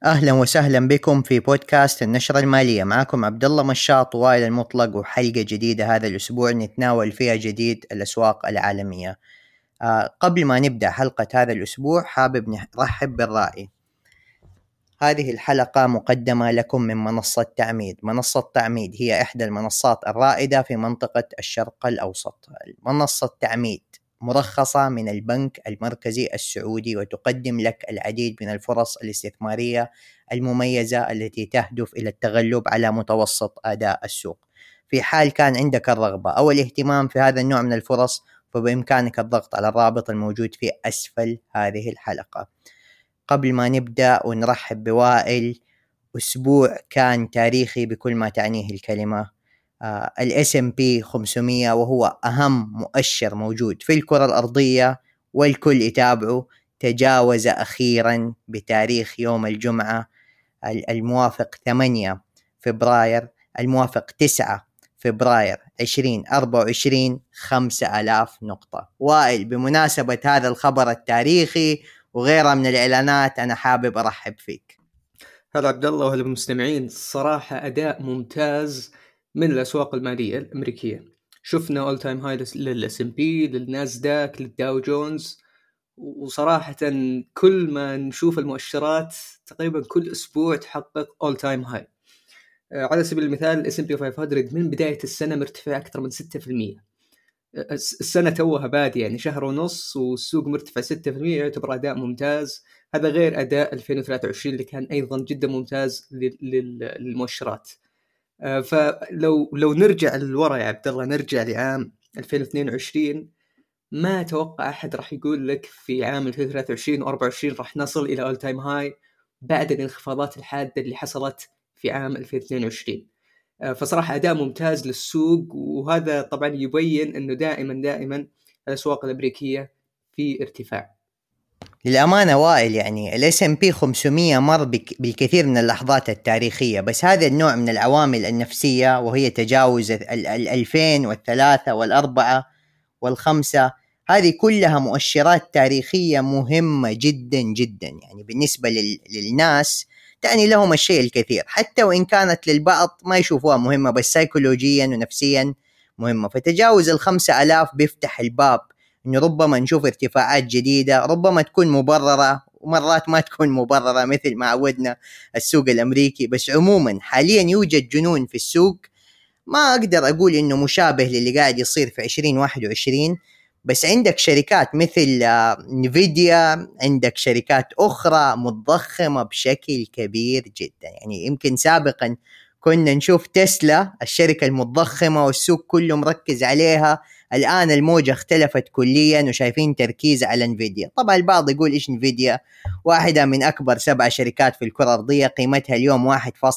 أهلا وسهلا بكم في بودكاست النشرة المالية. معكم عبد الله مشاط ووائل المطلق، وحلقة جديدة هذا الأسبوع نتناول فيها جديد الأسواق العالمية. قبل ما نبدأ حلقة هذا الأسبوع حابب نرحب بالراعي. هذه الحلقة مقدمة لكم من منصة تعميد. منصة تعميد هي إحدى المنصات الرائدة في منطقة الشرق الأوسط. منصة تعميد مرخصة من البنك المركزي السعودي، وتقدم لك العديد من الفرص الاستثمارية المميزة التي تهدف إلى التغلب على متوسط أداء السوق. في حال كان عندك الرغبة أو الاهتمام في هذا النوع من الفرص، فبإمكانك الضغط على الرابط الموجود في أسفل هذه الحلقة. قبل ما نبدأ ونرحب بوائل، أسبوع كان تاريخي بكل ما تعنيه الكلمة. ال S&P 500 وهو أهم مؤشر موجود في الكرة الأرضية والكل يتابعه، تجاوز أخيرا بتاريخ يوم الجمعة الموافق 8 فبراير الموافق 9 فبراير 2024 5000 نقطة. وائل، بمناسبة هذا الخبر التاريخي وغيرها من الإعلانات، أنا حابب أرحب فيك. هلا عبد الله وهلا بالمستمعين. الصراحة أداء ممتاز من الأسواق المالية الأمريكية. شفنا all time high للS&P، للناسداك، للداو جونز، وصراحة كل ما نشوف المؤشرات تقريبا كل أسبوع تحقق all time high. على سبيل المثال S&P 500 من بداية السنة مرتفع أكثر من 6%. السنة توها بادية، يعني شهر ونص والسوق مرتفع 6%، يعتبر أداء ممتاز. هذا غير أداء 2023 اللي كان أيضا جدا ممتاز للمؤشرات. فلو نرجع للورا يا عبد الله، نرجع لعام 2022، ما توقع أحد راح يقول لك في عام 2023 و24 راح نصل إلى all time high بعد الانخفاضات الحادة اللي حصلت في عام 2022. فصراحة أداء ممتاز للسوق، وهذا طبعا يبين أنه دائما الأسواق الأمريكية في ارتفاع. للأمانة وائل، يعني ال S&P 500 مر بالكثير من اللحظات التاريخية، بس هذا النوع من العوامل النفسية وهي تجاوز 2000 والثلاثة والأربعة والخمسة، هذه كلها مؤشرات تاريخية مهمة جدا جدا. يعني بالنسبة للناس تعني لهم الشيء الكثير، حتى وإن كانت للبعض ما يشوفوها مهمة، بس سيكولوجيا ونفسيا مهمة. فتجاوز 5000 بيفتح الباب إنه ربما نشوف ارتفاعات جديدة، ربما تكون مبررة ومرات ما تكون مبررة مثل ما عودنا السوق الأمريكي. بس عموما حاليا يوجد جنون في السوق، ما أقدر أقول إنه مشابه للي قاعد يصير في 2021، بس عندك شركات مثل نيفيديا، عندك شركات أخرى متضخمة بشكل كبير جدا. يعني يمكن سابقا كنا نشوف تسلا الشركة المتضخمة والسوق كله مركز عليها، الآن الموجة اختلفت كليا وشايفين تركيز على نفيديا. طبعا البعض يقول إيش نفيديا؟ واحدة من أكبر 7 شركات في الكرة الأرضية، قيمتها اليوم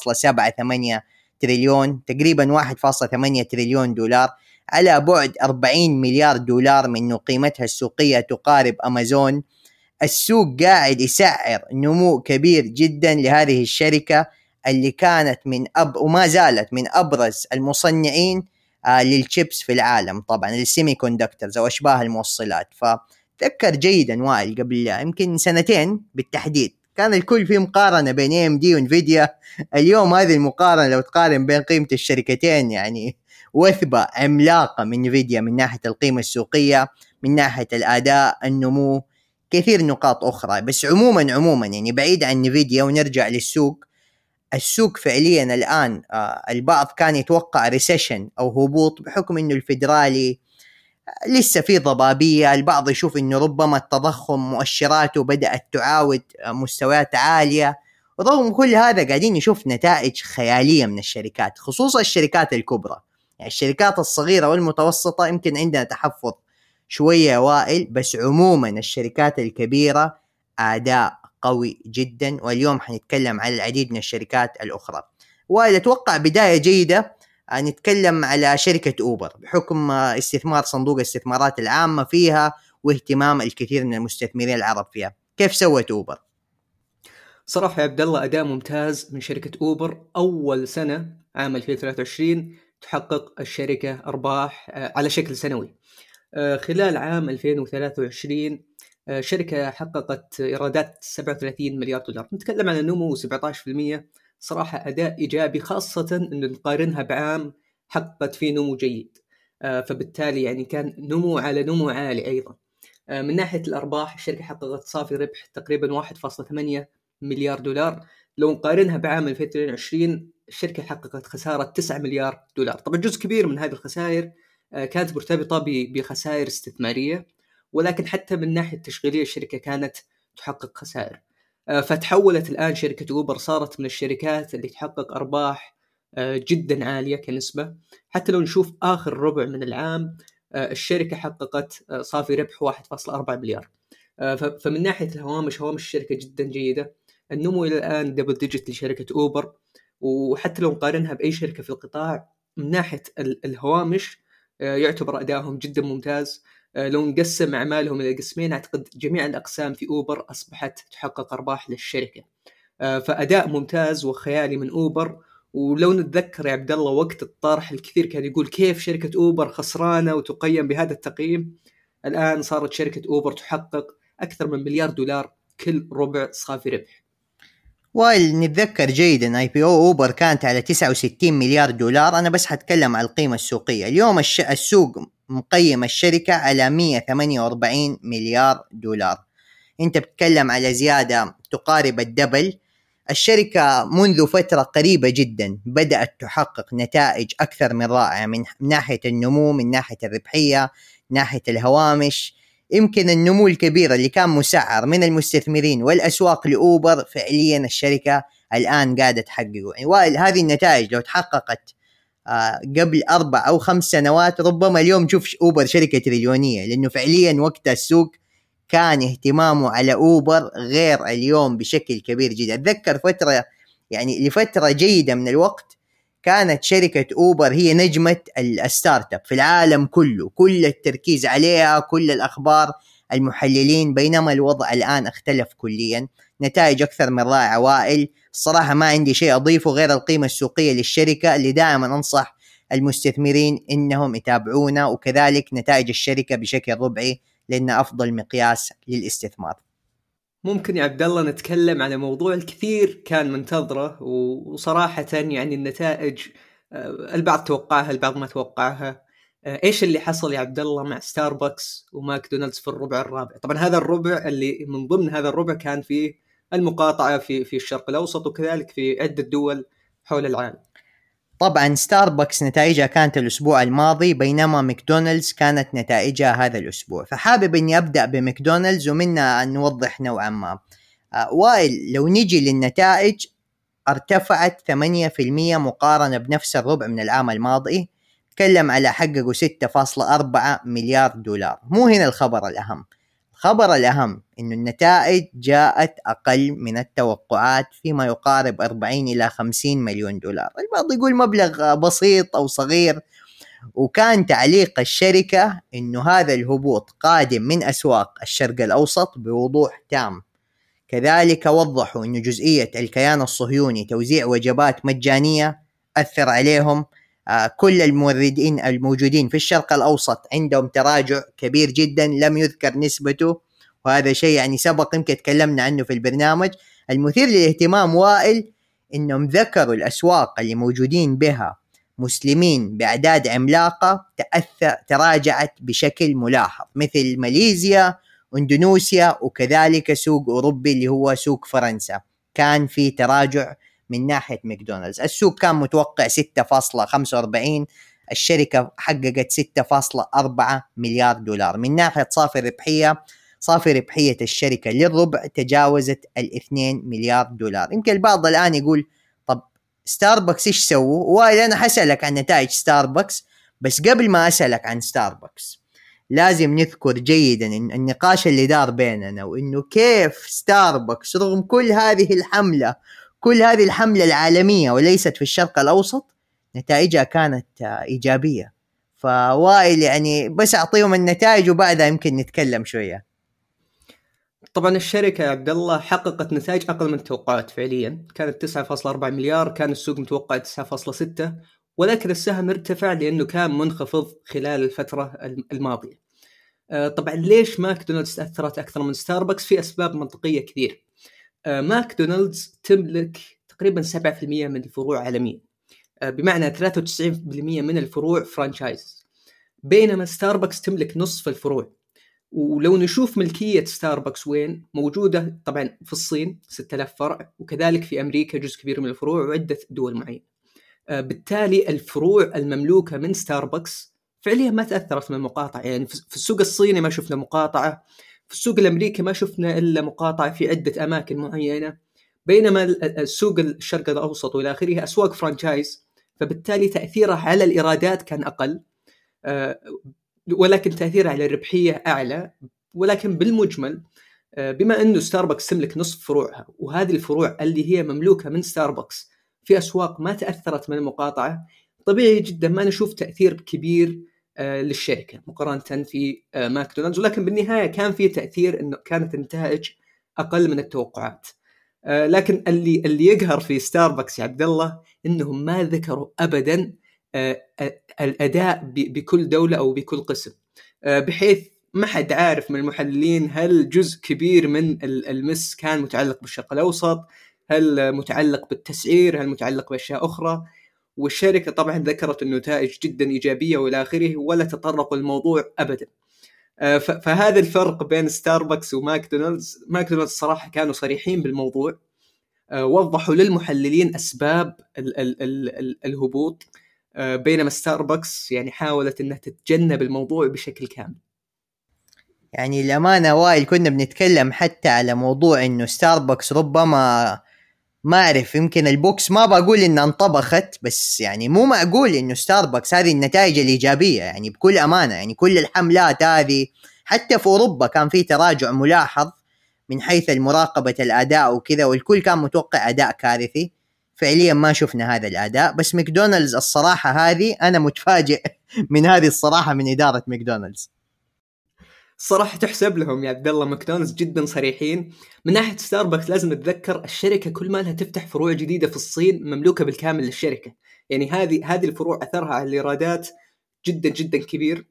1.78 تريليون، تقريبا 1.8 تريليون دولار، على بعد 40 مليار دولار من أنه قيمتها السوقية تقارب أمازون. السوق قاعد يسعر نمو كبير جدا لهذه الشركة اللي كانت وما زالت من أبرز المصنعين للشيبس في العالم، طبعا السيمي كوندكتورز أو أشباه الموصلات. فتذكر جيدا وائل، قبل يمكن سنتين بالتحديد كان الكل في مقارنة بين AMD وانفيديا. اليوم هذه المقارنة لو تقارن بين قيمة الشركتين، يعني وثبة عملاقة من نفيديا من ناحية القيمة السوقية، من ناحية الأداء، النمو، كثير نقاط أخرى. بس عموما يعني بعيد عن نفيديا ونرجع للسوق. السوق فعليا الآن البعض كان يتوقع ريسيشن أو هبوط بحكم أنه الفيدرالي لسه في ضبابية. البعض يشوف أنه ربما التضخم مؤشراته بدأت تعاود مستويات عالية. ورغم كل هذا قاعدين نشوف نتائج خيالية من الشركات، خصوصا الشركات الكبرى. يعني الشركات الصغيرة والمتوسطة يمكن عندنا تحفظ شوية وائل، بس عموما الشركات الكبيرة أداء قوي جدا. واليوم حنتكلم على العديد من الشركات الأخرى. وائل، أتوقع بداية جيدة نتكلم على شركة أوبر بحكم استثمار صندوق الاستثمارات العامة فيها واهتمام الكثير من المستثمرين العرب فيها. كيف سوت أوبر؟ صراحة يا عبد الله أداء ممتاز من شركة أوبر. أول سنة عام 2023 تحقق الشركة أرباح على شكل سنوي. خلال عام 2023 شركة حققت إيرادات 37 مليار دولار. نتكلم عن نمو 17%. صراحة أداء إيجابي، خاصة أن نقارنها بعام حققت فيه نمو جيد. فبالتالي يعني كان نمو على نمو عالي أيضا. من ناحية الأرباح الشركة حققت صافي ربح تقريبا 1.8 مليار دولار. لو نقارنها بعام 2022 الشركة حققت خسارة 9 مليار دولار. طبعا جزء كبير من هذه الخسائر كانت مرتبطة بخسائر استثمارية، ولكن حتى من ناحية تشغيلية الشركة كانت تحقق خسائر. فتحولت الآن شركة أوبر، صارت من الشركات اللي تحقق أرباح جدا عالية كنسبة. حتى لو نشوف آخر ربع من العام الشركة حققت صافي ربح 1.4 مليار. فمن ناحية الهوامش، هوامش الشركة جدا جيدة. النمو إلى الآن دبل ديجيت لشركة أوبر، وحتى لو نقارنها بأي شركة في القطاع من ناحية الهوامش يعتبر أدائهم جدا ممتاز. لو نقسم أعمالهم إلى قسمين، أعتقد جميع الأقسام في أوبر أصبحت تحقق أرباح للشركة. فأداء ممتاز وخيالي من أوبر. ولو نتذكر يا عبد الله وقت الطرح الكثير كان يقول كيف شركة أوبر خسرانة وتقيم بهذا التقييم. الآن صارت شركة أوبر تحقق أكثر من مليار دولار كل ربع صافي ربح. ونتذكر جيدا IPO أوبر كانت على 69 مليار دولار. أنا بس حتكلم عن القيمة السوقية. اليوم السوق مقيم الشركة على 148 مليار دولار. أنت بتتكلم على زيادة تقارب الدبل. الشركة منذ فترة قريبة جدا بدأت تحقق نتائج أكثر من رائعة من ناحية النمو، من ناحية الربحية، من ناحية الهوامش. يمكن النمو الكبير اللي كان مسعر من المستثمرين والأسواق لأوبر فعليا الشركة الآن قاعدة تحققه. يعني هذه النتائج لو تحققت قبل 4 أو 5 سنوات ربما اليوم نشوف أوبر شركة تريليونية، لأنه فعليا وقت السوق كان اهتمامه على أوبر غير اليوم بشكل كبير جدا. أتذكر فترة، يعني لفترة جيدة من الوقت، كانت شركة أوبر هي نجمة الستارت اب في العالم كله، كل التركيز عليها، كل الأخبار، المحللين. بينما الوضع الآن اختلف كليا. نتائج أكثر من رائعة. وائل الصراحة ما عندي شيء أضيفه غير القيمة السوقية للشركة اللي دائما أنصح المستثمرين إنهم يتابعونا، وكذلك نتائج الشركة بشكل ربعي لأنه أفضل مقياس للاستثمار. ممكن يا عبد الله نتكلم على موضوع الكثير كان منتظره، وصراحة يعني النتائج البعض توقعها البعض ما توقعها. ايش اللي حصل يا عبد الله مع ستاربكس وماكدونالدز في الربع الرابع؟ طبعا هذا الربع اللي من ضمن هذا الربع كان فيه المقاطعة في الشرق الأوسط وكذلك في عدة دول حول العالم. طبعا ستاربكس نتائجها كانت الأسبوع الماضي، بينما ماكدونالدز كانت نتائجها هذا الأسبوع. فحابب أني أبدأ بماكدونالدز ومنها نوضح نوعا ما. وائل لو نجي للنتائج، ارتفعت 8% مقارنة بنفس الربع من العام الماضي. تكلم على حققوا 6.4 مليار دولار. مو هنا الخبر الأهم. الخبر الأهم إنه النتائج جاءت أقل من التوقعات فيما يقارب 40 إلى 50 مليون دولار. البعض يقول مبلغ بسيط أو صغير. وكان تعليق الشركة إنه هذا الهبوط قادم من أسواق الشرق الأوسط بوضوح تام. كذلك وضحوا إنه جزئية الكيان الصهيوني توزيع وجبات مجانية أثر عليهم. كل الموردين الموجودين في الشرق الأوسط عندهم تراجع كبير جدا لم يذكر نسبته، وهذا شيء يعني سبق يمكن تكلمنا عنه في البرنامج. المثير للاهتمام وائل إنهم ذكروا الأسواق اللي موجودين بها مسلمين بأعداد عملاقة تراجعت بشكل ملاحظ، مثل ماليزيا واندونيسيا، وكذلك سوق أوروبي اللي هو سوق فرنسا كان في تراجع من ناحية ماكدونالدز. السوق كان متوقع 6.45، الشركة حققت 6.4 مليار دولار. من ناحية صافي ربحية الشركة للربع تجاوزت 2 مليار دولار. يمكن البعض الآن يقول طب ستاربكس إيش سووا؟ وأنا أنا حسألك عن نتائج ستاربكس، بس قبل ما أسألك عن ستاربكس لازم نذكر جيدا إن النقاش اللي دار بيننا، وإنه كيف ستاربكس رغم كل هذه الحملة العالمية وليست في الشرق الأوسط نتائجها كانت إيجابية. فوائل يعني بس أعطيهم النتائج وبعدها يمكن نتكلم شوية. طبعا الشركة يا عبد الله حققت نتائج أقل من التوقعات فعليا. كانت 9.4 مليار، كان السوق متوقع 9.6، ولكن السهم ارتفع لأنه كان منخفض خلال الفترة الماضية. طبعا ليش ماكدونالدز تأثرت أكثر من ستاربكس؟ في أسباب منطقية كثير. ماكدونالدز تملك تقريبا 7% من الفروع عالميا، بمعنى 93% من الفروع فرانشايز، بينما ستاربكس تملك نصف الفروع. ولو نشوف ملكية ستاربكس وين موجودة، طبعا في الصين 6000 فرع، وكذلك في أمريكا جزء كبير من الفروع وعدة دول معينة. بالتالي الفروع المملوكة من ستاربكس فعليا ما تأثرت من المقاطعة. يعني في السوق الصيني ما شفنا مقاطعة، في السوق الأمريكي ما شفنا إلا مقاطعة في عدة أماكن معينة، بينما السوق الشرق الأوسط والى آخره أسواق فرانشايز، فبالتالي تأثيره على الإيرادات كان أقل، ولكن تأثيره على الربحية أعلى. ولكن بالمجمل بما أنه ستاربكس تملك نصف فروعها، وهذه الفروع اللي هي مملوكة من ستاربكس في أسواق ما تأثرت من المقاطعة، طبيعي جدا ما نشوف تأثير كبير للشركة مقارنة في ماكدونالدز. ولكن بالنهاية كان في تأثير، أنه كانت النتائج أقل من التوقعات. لكن اللي يقهر في ستاربكس يا عبد الله انهم ما ذكروا ابدا الاداء بكل دوله او بكل قسم، بحيث ما حد عارف من المحللين هل جزء كبير من المس كان متعلق بالشرق الاوسط، هل متعلق بالتسعير، هل متعلق باشياء اخرى. والشركه طبعا ذكرت النتائج جدا ايجابيه والى اخره، ولا تطرقوا الموضوع ابدا. فهذا الفرق بين ستاربكس وماكدونالدز. ماكدونالدز صراحة كانوا صريحين بالموضوع، وضحوا للمحللين أسباب الهبوط، بينما ستاربكس يعني حاولت أنها تتجنب الموضوع بشكل كامل. يعني الأمانة وائل كنا بنتكلم حتى على موضوع إنه ستاربكس ربما ما أعرف، يمكن البوكس ما بقول إنها انطبخت، بس يعني مو معقول إنه ستاربكس هذه النتائج الإيجابية يعني بكل أمانة. يعني كل الحملات هذه حتى في أوروبا كان في تراجع ملاحظ من حيث المراقبة الأداء وكذا، والكل كان متوقع أداء كارثي. فعليا ما شفنا هذا الأداء. بس ماكدونالدز الصراحة هذه أنا متفاجئ من هذه الصراحة من إدارة ماكدونالدز. صراحة تحسب لهم يا عبد الله، ماكدونالدز جدا صريحين. من ناحية ستاربكس لازم نتذكر الشركة كل ما لها تفتح فروع جديدة في الصين مملوكة بالكامل للشركة، يعني هذه الفروع أثرها على الإيرادات جدا جدا كبير.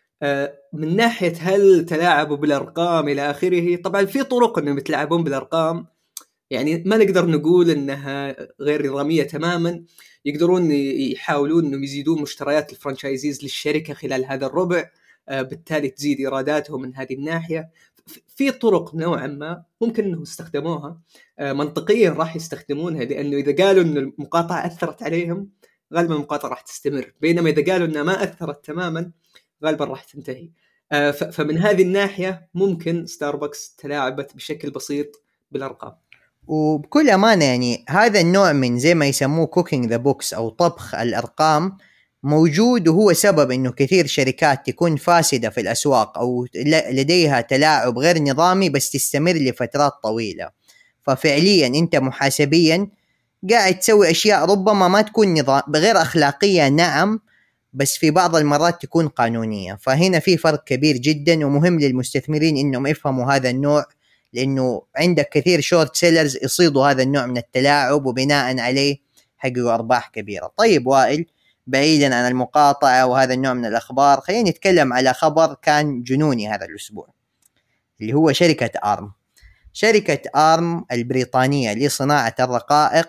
من ناحية هل تلاعبوا بالأرقام إلى آخره، طبعا في طرق أنهم يتلاعبون بالأرقام، يعني ما نقدر نقول أنها غير نظامية تماما. يقدرون يحاولون أنهم يزيدون مشتريات الفرانشايزيز للشركة خلال هذا الربع، بالتالي تزيد إيراداتهم من هذه الناحية. في طرق نوعا ما ممكن أنهم يستخدموها، منطقيا راح يستخدمونها، لأنه إذا قالوا أن المقاطعة أثرت عليهم غالبا المقاطعة راح تستمر، بينما إذا قالوا أنها ما أثرت تماما غالبا راح تنتهي. فمن هذه الناحية ممكن ستاربكس تلاعبت بشكل بسيط بالأرقام. وبكل أمانة يعني هذا النوع من زي ما يسموه cooking the books أو طبخ الأرقام موجود، وهو سبب إنه كثير شركات تكون فاسدة في الأسواق أو لديها تلاعب غير نظامي بس تستمر لفترات طويلة. ففعليا أنت محاسبيا قاعد تسوي أشياء ربما ما تكون غير أخلاقية، نعم، بس في بعض المرات تكون قانونية. فهنا في فرق كبير جدا، ومهم للمستثمرين إنهم يفهموا هذا النوع، لأنه عندك كثير شورت سيلرز يصيدوا هذا النوع من التلاعب وبناء عليه حققوا أرباح كبيرة. طيب وائل، بعيدا عن المقاطعة وهذا النوع من الأخبار، خلينا نتكلم على خبر كان جنوني هذا الأسبوع، اللي هو شركة آرم. شركة آرم البريطانية لصناعة الرقائق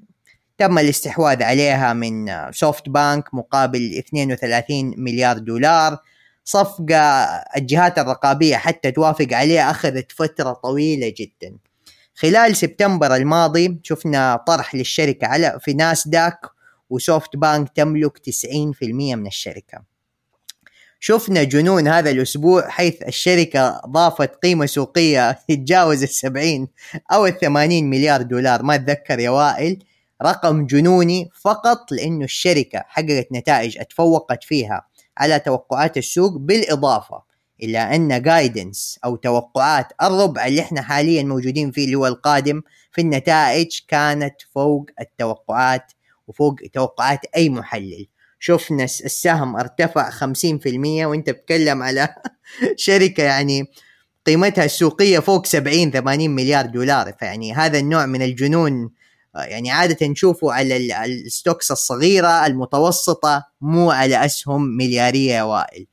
تم الاستحواذ عليها من سوفت بانك مقابل 32 مليار دولار. صفقة الجهات الرقابية حتى توافق عليها أخذت فترة طويلة جدا. خلال سبتمبر الماضي شفنا طرح للشركة على في ناسداك، وسوفت بانك تملك 90% من الشركة. شفنا جنون هذا الأسبوع، حيث الشركة ضافت قيمة سوقية تتجاوز 70 أو 80 مليار دولار، ما أتذكر يا وائل، رقم جنوني فقط لأنه الشركة حققت نتائج اتفوقت فيها على توقعات السوق، بالإضافة إلى أن جايدنس أو توقعات الربع اللي احنا حاليا موجودين فيه اللي هو القادم في النتائج كانت فوق التوقعات وفوق توقعات أي محلل. شفنا السهم ارتفع 50%، وانت بتكلم على شركة يعني قيمتها السوقية فوق 70-80 مليار دولار. فيعني هذا النوع من الجنون يعني عادة نشوفه على الستوكس الصغيرة المتوسطة، مو على أسهم مليارية يا وائل.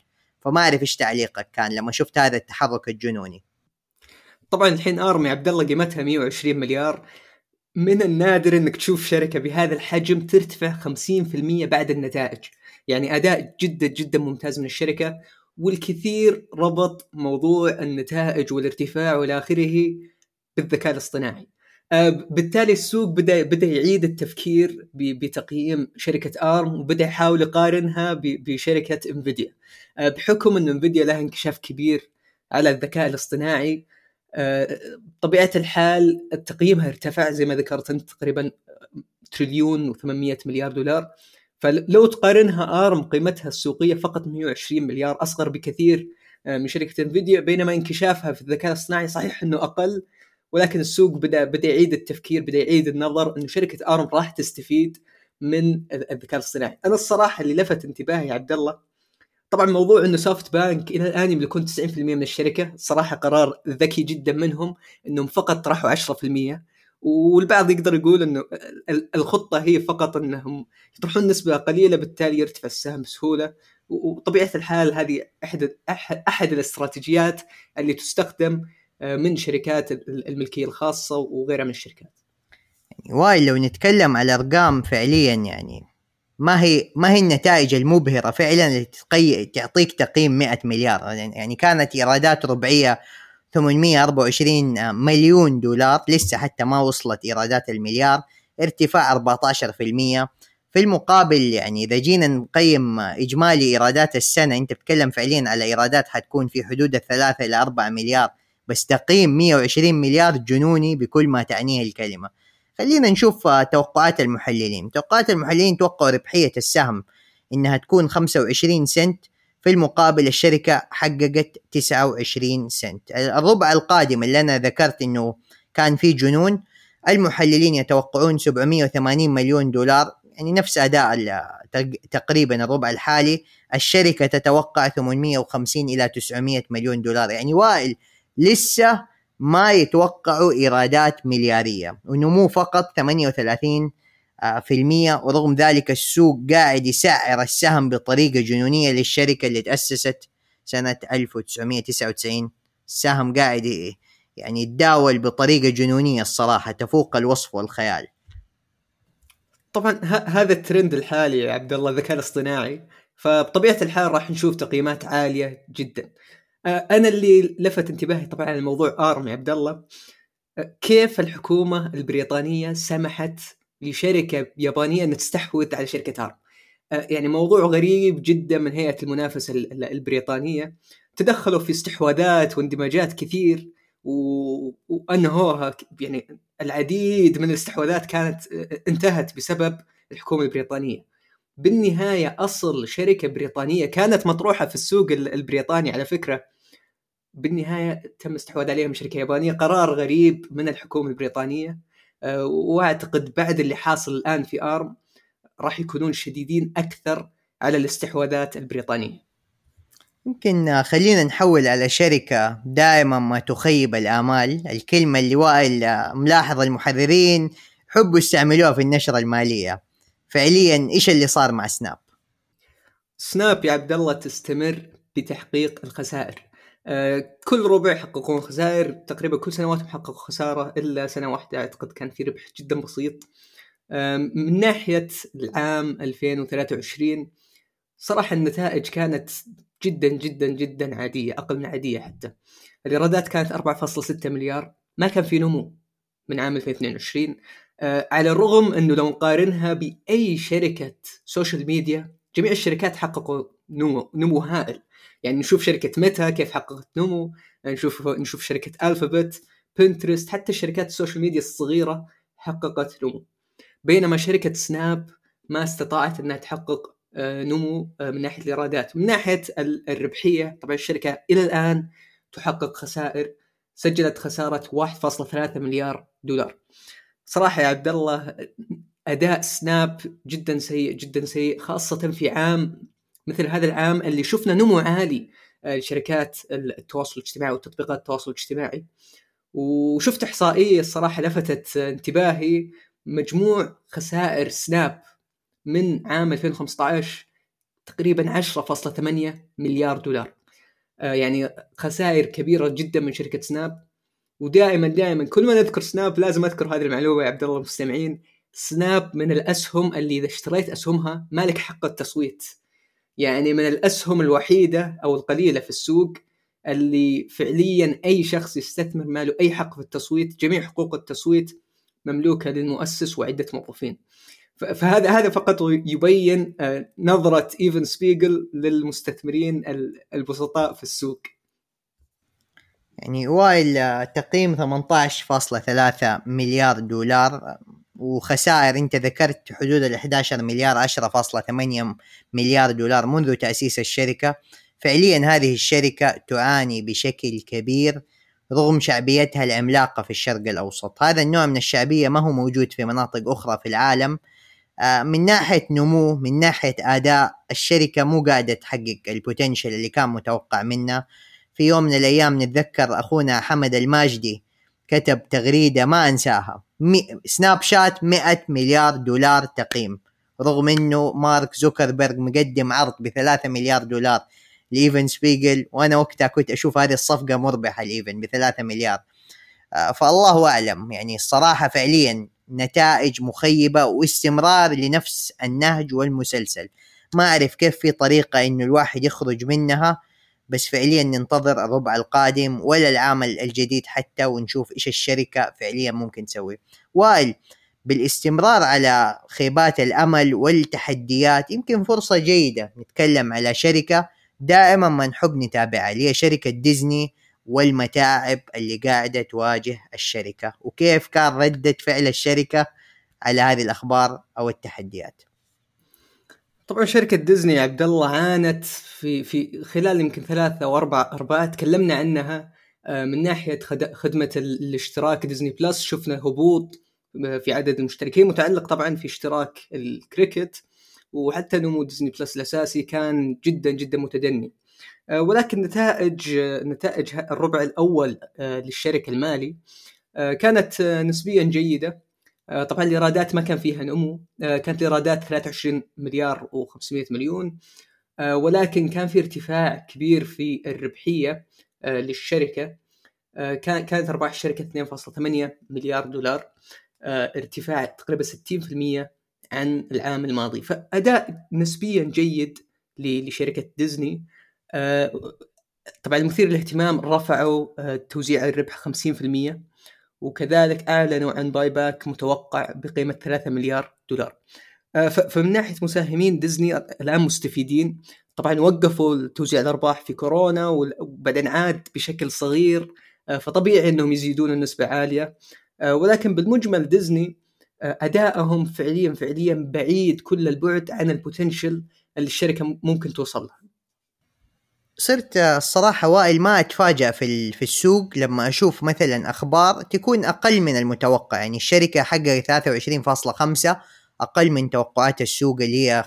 فما أعرف إيش تعليقك كان لما شفت هذا التحرك الجنوني. طبعا الحين ارم يا عبد الله قيمتها 120 مليار. من النادر انك تشوف شركه بهذا الحجم ترتفع 50% بعد النتائج. يعني اداء جدا جدا ممتاز من الشركه، والكثير ربط موضوع النتائج والارتفاع والى اخره بالذكاء الاصطناعي. بالتالي السوق بدا يعيد التفكير بتقييم شركه ارم، وبدا يحاول يقارنها بشركه انفيديا، بحكم ان انفيديا لها انكشاف كبير على الذكاء الاصطناعي. بطبيعة الحال تقييمها ارتفع زي ما ذكرت أنت تقريبا تريليون و800 مليار دولار. فلو تقارنها ارم قيمتها السوقية فقط 120 مليار، أصغر بكثير من شركة انفيديا، بينما انكشافها في الذكاء الصناعي صحيح أنه أقل، ولكن السوق بدأ يعيد التفكير، بدأ يعيد النظر أنه شركة ارم راح تستفيد من الذكاء الصناعي. أنا الصراحة اللي لفت انتباهي يا عبد الله، طبعا موضوع انه سوفت بانك الى الان يملكون 90% من الشركه، صراحه قرار ذكي جدا منهم انهم فقط طرحوا 10%. والبعض يقدر يقول انه الخطه هي فقط انهم يطرحون نسبه قليله بالتالي يرتفع السهم بسهوله. وطبيعه الحال هذه احد الاستراتيجيات اللي تستخدم من شركات الملكيه الخاصه وغيرها من الشركات. وائل لو نتكلم على أرقام فعليا يعني ما هي النتائج المبهرة فعلا اللي تعطيك تقييم 100 مليار. يعني كانت إيرادات ربعية 824 مليون دولار، لسه حتى ما وصلت إيرادات المليار، ارتفاع 14%. في المقابل يعني إذا جينا نقيم إجمالي إيرادات السنة، أنت بتتكلم فعليا على إيرادات حتكون في حدود 3 إلى 4 مليار، بس تقييم 120 مليار جنوني بكل ما تعنيه الكلمة. خلينا نشوف توقعات المحللين. توقعوا ربحية السهم إنها تكون 25 سنت، في المقابل الشركة حققت 29 سنت. الربع القادم اللي أنا ذكرت إنه كان فيه جنون، المحللين يتوقعون 780 مليون دولار، يعني نفس أداء تقريبا الربع الحالي. الشركة تتوقع 850 إلى 900 مليون دولار. يعني وائل لسه ما يتوقعوا إيرادات مليارية، ونمو فقط 38%. ورغم ذلك السوق قاعد يسعر السهم بطريقة جنونية للشركة اللي تأسست سنة 1999. السهم قاعد يعني يتداول بطريقة جنونية الصراحة تفوق الوصف والخيال. طبعا هذا الترند الحالي يا عبد الله، الذكاء الاصطناعي، فبطبيعة الحال راح نشوف تقييمات عالية جدا. أنا اللي لفت انتباهي طبعا على الموضوع ارم يا عبد الله، كيف الحكومة البريطانية سمحت لشركة يابانية أن تستحوذ على شركة ارم. يعني موضوع غريب جدا من هيئة المنافسة البريطانية، تدخلوا في استحواذات واندماجات كثير، وأنه يعني العديد من الاستحواذات كانت انتهت بسبب الحكومة البريطانية. بالنهاية أصل شركة بريطانية كانت مطروحة في السوق البريطاني على فكرة، بالنهاية تم استحواذ عليها من شركة يابانية. قرار غريب من الحكومة البريطانية، وأعتقد بعد اللي حاصل الآن في ارم راح يكونون شديدين أكثر على الاستحواذات البريطانية. يمكن خلينا نحول على شركة دائما ما تخيب الآمال، الكلمة اللي وائل ملاحظ المحررين حبوا يستعملوها في النشرة المالية. فعليا إيش اللي صار مع سناب؟ سناب يا عبد الله تستمر بتحقيق الخسائر. كل ربع يحققون خسائر، تقريبا كل سنواتهم حققوا خسارة إلا سنة واحدة أعتقد كان في ربح جدا بسيط. من ناحية العام 2023 صراحة النتائج كانت جدا جدا جدا عادية، أقل من عادية حتى. الإيرادات كانت 4.6 مليار، ما كان في نمو من عام 2022. على الرغم أنه لو نقارنها بأي شركة سوشيال ميديا، جميع الشركات حققوا نمو هائل. يعني نشوف شركة ميتا كيف حققت نمو، نشوف شركة ألفابت، بنترست، حتى الشركات السوشيال ميديا الصغيرة حققت نمو. بينما شركة سناب ما استطاعت أنها تحقق نمو من ناحية الإيرادات. من ناحية الربحية طبعا الشركة إلى الآن تحقق خسائر، سجلت خسارة 1.3 مليار دولار. صراحة يا عبد الله أداء سناب جدا سيء جدا سيء، خاصة في عام مثل هذا العام اللي شفنا نمو عالي لشركات التواصل الاجتماعي وتطبيقات التواصل الاجتماعي. وشفت إحصائية الصراحة لفتت انتباهي، مجموع خسائر سناب من عام 2015 تقريبا 10.8 مليار دولار. يعني خسائر كبيرة جدا من شركة سناب. ودائما كل ما نذكر سناب لازم أذكر هذه المعلومة يا عبد الله المستمعين، سناب من الأسهم اللي إذا اشتريت أسهمها مالك حق التصويت. يعني من الأسهم الوحيدة أو القليلة في السوق اللي فعليا أي شخص يستثمر ماله أي حق في التصويت، جميع حقوق التصويت مملوكة للمؤسس وعدة موظفين. فهذا فقط يبين نظرة إيفن سبيغل للمستثمرين البسطاء في السوق. يعني وائل، تقييم 18.3 مليار دولار وخسائر انت ذكرت حدود 11 مليار 10.8 مليار دولار منذ تأسيس الشركة. فعليا هذه الشركة تعاني بشكل كبير رغم شعبيتها العملاقة في الشرق الأوسط. هذا النوع من الشعبية ما هو موجود في مناطق أخرى في العالم. من ناحية نمو، من ناحية أداء، الشركة مو قاعدة تحقق البوتنشل اللي كان متوقع منها. في يوم من الأيام نتذكر أخونا حمد الماجدي كتب تغريدة ما أنساها، سناب شات 100 مليار دولار تقييم، رغم أنه مارك زوكربيرغ مقدم عرض ب3 مليار دولار لإيفن سبيغل، وأنا وقتها كنت أشوف هذه الصفقة مربحة لإيفن ب3 مليار. فالله أعلم. يعني الصراحة فعليا نتائج مخيبة واستمرار لنفس النهج والمسلسل. ما أعرف كيف في طريقة إنه الواحد يخرج منها، بس فعليا ننتظر الربع القادم ولا العام الجديد حتى ونشوف إيش الشركة فعليا ممكن تسوي. وائل، بالاستمرار على خيبات الأمل والتحديات يمكن فرصة جيدة نتكلم على شركة دائما ما نحب نتابعها، اللي هي شركة ديزني والمتاعب اللي قاعدة تواجه الشركة، وكيف كان ردة فعل الشركة على هذه الأخبار أو التحديات. طبعا شركة ديزني يا عبد الله عانت في خلال يمكن 3 أو 4 تكلمنا عنها. من ناحية خدمة الاشتراك ديزني بلس شفنا هبوط في عدد المشتركين متعلق طبعا في اشتراك الكريكت، وحتى نمو ديزني بلس الأساسي كان جدا جدا متدني. ولكن نتائج الربع الأول للشركة المالي كانت نسبيا جيدة. طبعا الإيرادات ما كان فيها نمو، كانت الإيرادات 23 مليار و500 مليون، ولكن كان في ارتفاع كبير في الربحية للشركة. كانت أرباح الشركة 2.8 مليار دولار، ارتفاع تقريبا 60% عن العام الماضي. فأداء نسبيا جيد لشركة ديزني. طبعا المثير للاهتمام رفعوا توزيع الربح 50%، وكذلك أعلنوا عن باي باك متوقع بقيمة 3 مليار دولار. فمن ناحية مساهمين ديزني الآن مستفيدين. طبعا وقفوا توزيع الأرباح في كورونا وبعدين عاد بشكل صغير، فطبيعي أنهم يزيدون النسبة عالية. ولكن بالمجمل ديزني أدائهم فعليا بعيد كل البعد عن البوتنشل اللي الشركة ممكن توصلها. صرت الصراحة وائل ما أتفاجأ في السوق لما أشوف مثلا أخبار تكون أقل من المتوقع. يعني الشركة حققت 23.5 أقل من توقعات السوق اللي هي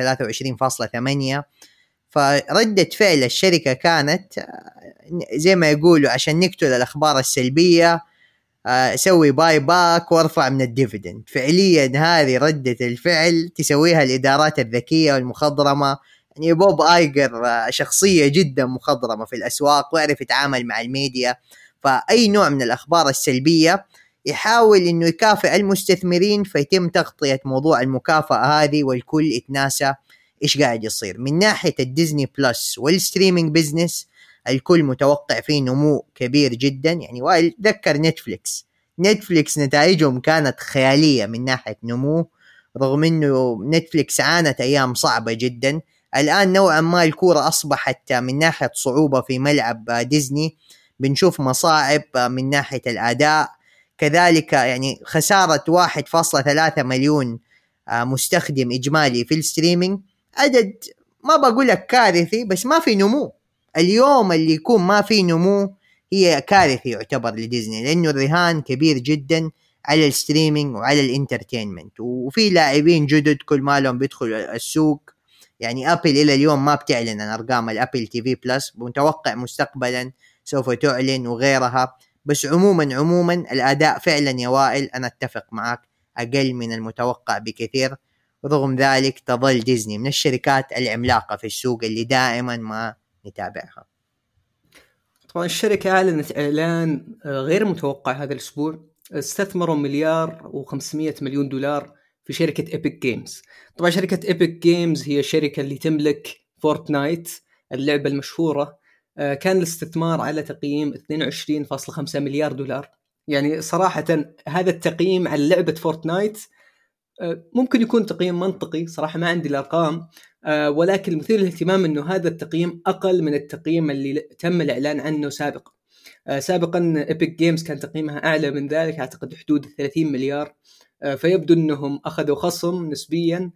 23.8. فردة فعل الشركة كانت زي ما يقولوا عشان نقتل الأخبار السلبية سوي باي باك وارفع من الديفيدند. فعليا هذه ردة الفعل تسويها الإدارات الذكية والمخضرمة. يعني بوب آيجر شخصية جدا مخضرمة في الأسواق ويعرف يتعامل مع الميديا، فأي نوع من الأخبار السلبية يحاول إنه يكافئ المستثمرين، فيتم تغطية موضوع المكافأة هذه والكل يتناسى إيش قاعد يصير. من ناحية الديزني بلس والستريمينج بيزنس الكل متوقع فيه نمو كبير جدا. يعني وذكر نتفليكس نتائجهم كانت خيالية من ناحية نمو، رغم إنه نتفليكس عانت أيام صعبة جدا. الآن نوعا ما الكورة أصبحت من ناحية صعوبة في ملعب ديزني، بنشوف مصاعب من ناحية الأداء. كذلك يعني خسارة 1.3 مليون مستخدم إجمالي في الستريمينج، عدد ما بقول لك كارثي بس ما في نمو. اليوم اللي يكون ما في نمو هي كارثي يعتبر لديزني، لأنه الرهان كبير جدا على الستريمينج وعلى الانترتينمنت، وفي لاعبين جدد كل ما لهم بيدخلوا السوق. يعني أبل إلى اليوم ما بتعلن عن أرقام الأبل تي في بلس، متوقع مستقبلا سوف تعلن وغيرها. بس عموما الأداء فعلا يا وائل أنا أتفق معك أقل من المتوقع بكثير، رغم ذلك تظل ديزني من الشركات العملاقة في السوق اللي دائما ما نتابعها. طبعا الشركة أعلنت إعلان غير متوقع هذا الأسبوع، استثمروا $1,500,000,000 في شركة إيبك جيمز. طبعا شركة إيبك جيمز هي شركة اللي تملك فورتنايت اللعبة المشهورة. كان الاستثمار على تقييم $22.5 مليار. يعني صراحة هذا التقييم على لعبة فورتنايت ممكن يكون تقييم منطقي، صراحة ما عندي الأرقام، ولكن المثير للاهتمام أنه هذا التقييم أقل من التقييم اللي تم الإعلان عنه سابقا. إيبك جيمز كان تقييمها أعلى من ذلك، أعتقد حدود 30 مليار. فيبدو أنهم أخذوا خصم نسبيا.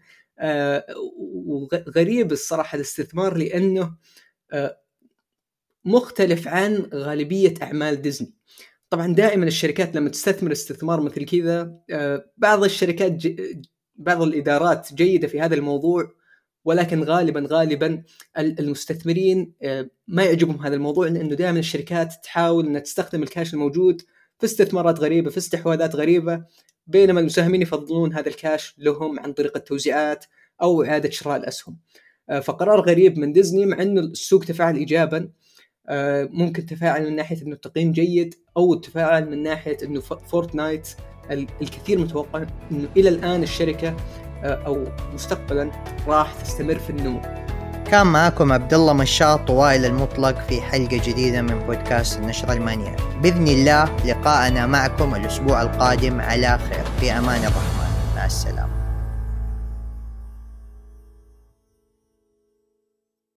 وغريب الصراحة الاستثمار، لأنه مختلف عن غالبية أعمال ديزني. طبعا دائما الشركات لما تستثمر استثمار مثل كذا، بعض الشركات بعض الإدارات جيدة في هذا الموضوع، ولكن غالبا المستثمرين ما يعجبهم هذا الموضوع، لأنه دائما الشركات تحاول أن تستخدم الكاش الموجود في استثمارات غريبة، في استحواذات غريبة، بينما المساهمين يفضلون هذا الكاش لهم عن طريق التوزيعات أو إعادة شراء الأسهم. فقرار غريب من ديزني، مع أنه السوق تفاعل إيجابا. ممكن تفاعل من ناحية أنه التقييم جيد، أو تفاعل من ناحية أنه فورتنايت الكثير متوقع أنه إلى الآن الشركة أو مستقبلا راح تستمر في النمو. كان معكم عبد الله مشاط ووائل المطلق في حلقة جديدة من بودكاست النشرة المانية. بإذن الله لقاءنا معكم الأسبوع القادم على خير، في أمان الرحمن. مع السلامة.